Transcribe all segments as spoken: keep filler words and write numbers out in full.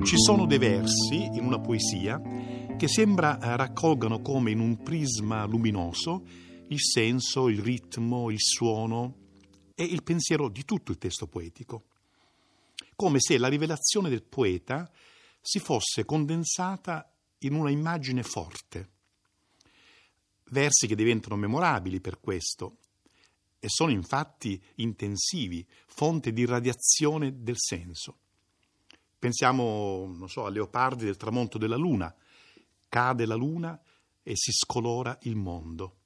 Ci sono dei versi in una poesia che sembra raccolgano come in un prisma luminoso il senso, il ritmo, il suono e il pensiero di tutto il testo poetico, come se la rivelazione del poeta si fosse condensata in una immagine forte. Versi che diventano memorabili per questo e sono infatti intensivi, fonte di radiazione del senso. Pensiamo, non so, a Leopardi del tramonto della luna, cade la luna e si scolora il mondo.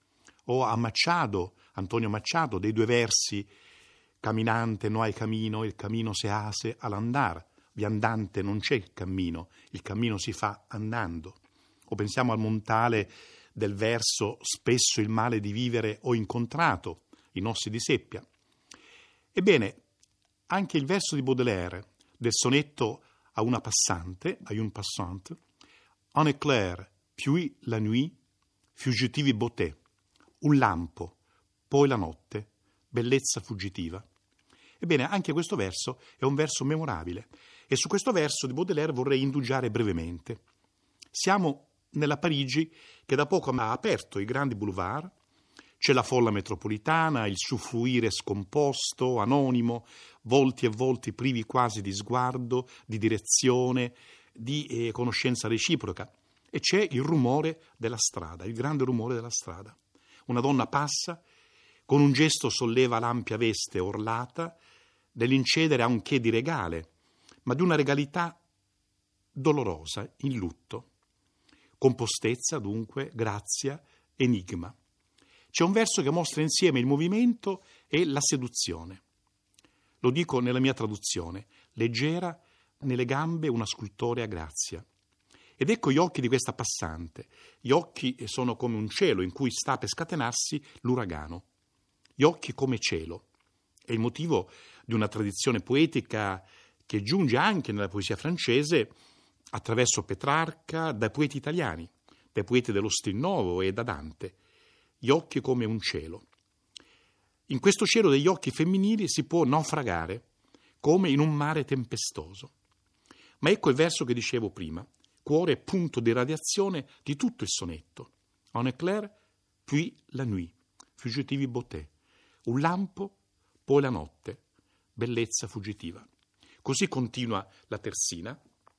O a Machado, Antonio Machado, dei due versi, camminante no hay camino, il camino se hace al andar, viandante non c'è il cammino, il cammino si fa andando. O pensiamo al Montale del verso spesso il male di vivere ho incontrato, i nossi di seppia. Ebbene, anche il verso di Baudelaire del sonetto a una passante, a une passante, un éclair, puis la nuit, fuggitivi beauté, un lampo, poi la notte, bellezza fuggitiva. Ebbene, anche questo verso è un verso memorabile e su questo verso di Baudelaire vorrei indugiare brevemente. Siamo nella Parigi che da poco ha aperto i grandi boulevard, c'è la folla metropolitana, il suo fluire scomposto, anonimo, volti e volti privi quasi di sguardo, di direzione, di eh, conoscenza reciproca. E c'è il rumore della strada, il grande rumore della strada. Una donna passa, con un gesto solleva l'ampia veste orlata, nell'incedere ha un che di regale, ma di una regalità dolorosa, in lutto. Compostezza, dunque, grazia, enigma. C'è un verso che mostra insieme il movimento e la seduzione. Lo dico nella mia traduzione: leggera nelle gambe una scultorea grazia. Ed ecco gli occhi di questa passante. Gli occhi sono come un cielo in cui sta per scatenarsi l'uragano. Gli occhi come cielo. È il motivo di una tradizione poetica che giunge anche nella poesia francese attraverso Petrarca, dai poeti italiani, dai poeti dello Stil Nuovo e da Dante. Gli occhi come un cielo. In questo cielo degli occhi femminili si può naufragare come in un mare tempestoso. Ma ecco il verso che dicevo prima, cuore e punto di radiazione di tutto il sonetto. Un éclair, puis la nuit, fuggitivi beauté. Un lampo, poi la notte, bellezza fuggitiva. Così continua la terzina,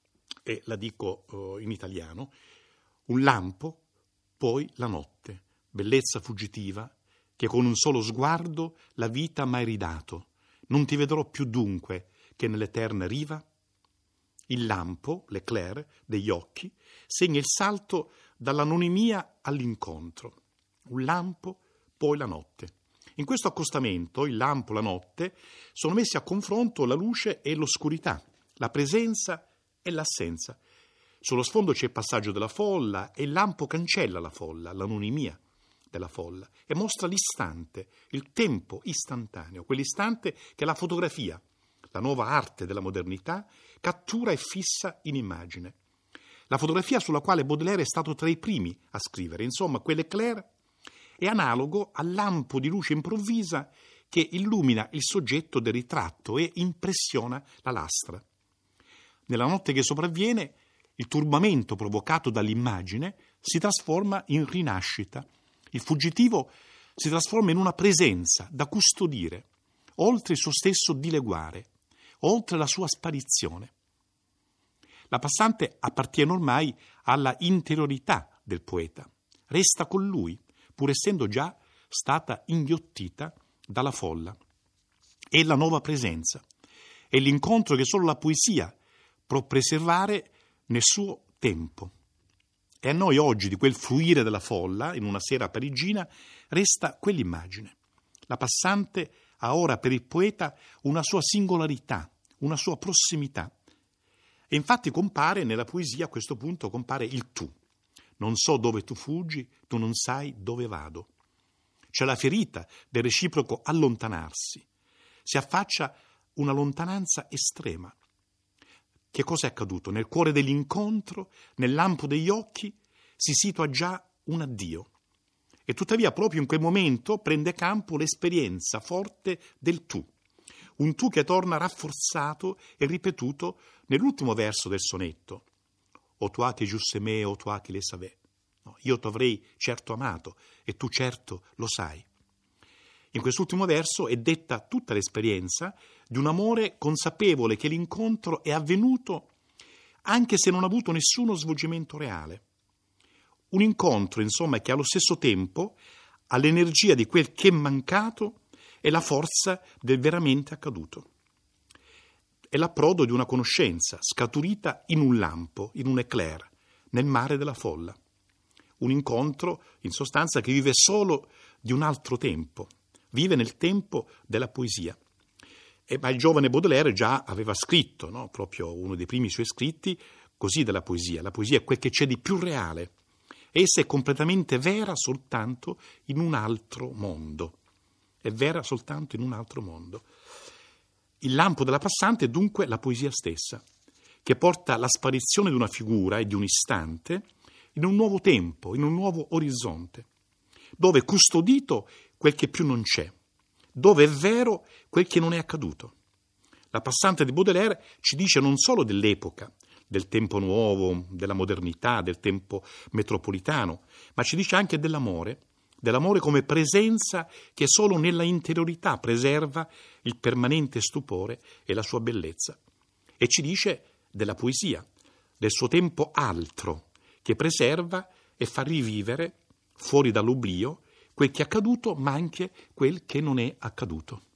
e la dico uh, in italiano, un lampo, poi la notte, bellezza fuggitiva, che con un solo sguardo la vita m'hai ridato. Non ti vedrò più dunque che nell'eterna riva. Il lampo, l'éclair, degli occhi, segna il salto dall'anonimia all'incontro. Un lampo, poi la notte. In questo accostamento, il lampo, la notte, sono messi a confronto la luce e l'oscurità, la presenza e l'assenza. Sullo sfondo c'è il passaggio della folla e il lampo cancella la folla, l'anonimia della folla e mostra l'istante, il tempo istantaneo, quell'istante che la fotografia, la nuova arte della modernità, cattura e fissa in immagine. La fotografia sulla quale Baudelaire è stato tra i primi a scrivere, insomma, quell'éclair è analogo al lampo di luce improvvisa che illumina il soggetto del ritratto e impressiona la lastra. Nella notte che sopravviene, il turbamento provocato dall'immagine si trasforma in rinascita. Il fuggitivo si trasforma in una presenza da custodire, oltre il suo stesso dileguare, oltre la sua sparizione. La passante appartiene ormai alla interiorità del poeta, resta con lui, pur essendo già stata inghiottita dalla folla. È la nuova presenza, è l'incontro che solo la poesia può preservare nel suo tempo. E a noi oggi di quel fluire della folla, in una sera parigina, resta quell'immagine. La passante ha ora per il poeta una sua singolarità, una sua prossimità. E infatti compare nella poesia, a questo punto compare il tu. Non so dove tu fuggi, tu non sai dove vado. C'è la ferita del reciproco allontanarsi. Si affaccia una lontananza estrema. Che cosa è accaduto? Nel cuore dell'incontro, nel lampo degli occhi, si situa già un addio. E tuttavia proprio in quel momento prende campo l'esperienza forte del tu. un tu che torna rafforzato e ripetuto nell'ultimo verso del sonetto. O toi que j'eusse aimé, o toi qui le savais. No, io t'avrei certo amato e tu certo lo sai. In quest'ultimo verso è detta tutta l'esperienza di un amore consapevole che l'incontro è avvenuto anche se non ha avuto nessuno svolgimento reale. Un incontro, insomma, che allo stesso tempo ha l'energia di quel che è mancato e la forza del veramente accaduto. È l'approdo di una conoscenza scaturita in un lampo, in un éclair, nel mare della folla. Un incontro, in sostanza, che vive solo di un altro tempo, vive nel tempo della poesia. E, ma il giovane Baudelaire già aveva scritto, no? Proprio uno dei primi suoi scritti, così della poesia. La poesia è quel che c'è di più reale. Essa è completamente vera soltanto in un altro mondo. È vera soltanto in un altro mondo. Il lampo della passante è dunque la poesia stessa, che porta la sparizione di una figura e di un istante in un nuovo tempo, in un nuovo orizzonte, dove è custodito quel che più non c'è, dove è vero quel che non è accaduto. La passante di Baudelaire ci dice non solo dell'epoca, del tempo nuovo, della modernità, del tempo metropolitano, ma ci dice anche dell'amore, dell'amore come presenza che solo nella interiorità preserva il permanente stupore e la sua bellezza. E ci dice della poesia, del suo tempo altro, che preserva e fa rivivere, fuori dall'oblio, quel che è accaduto, ma anche quel che non è accaduto.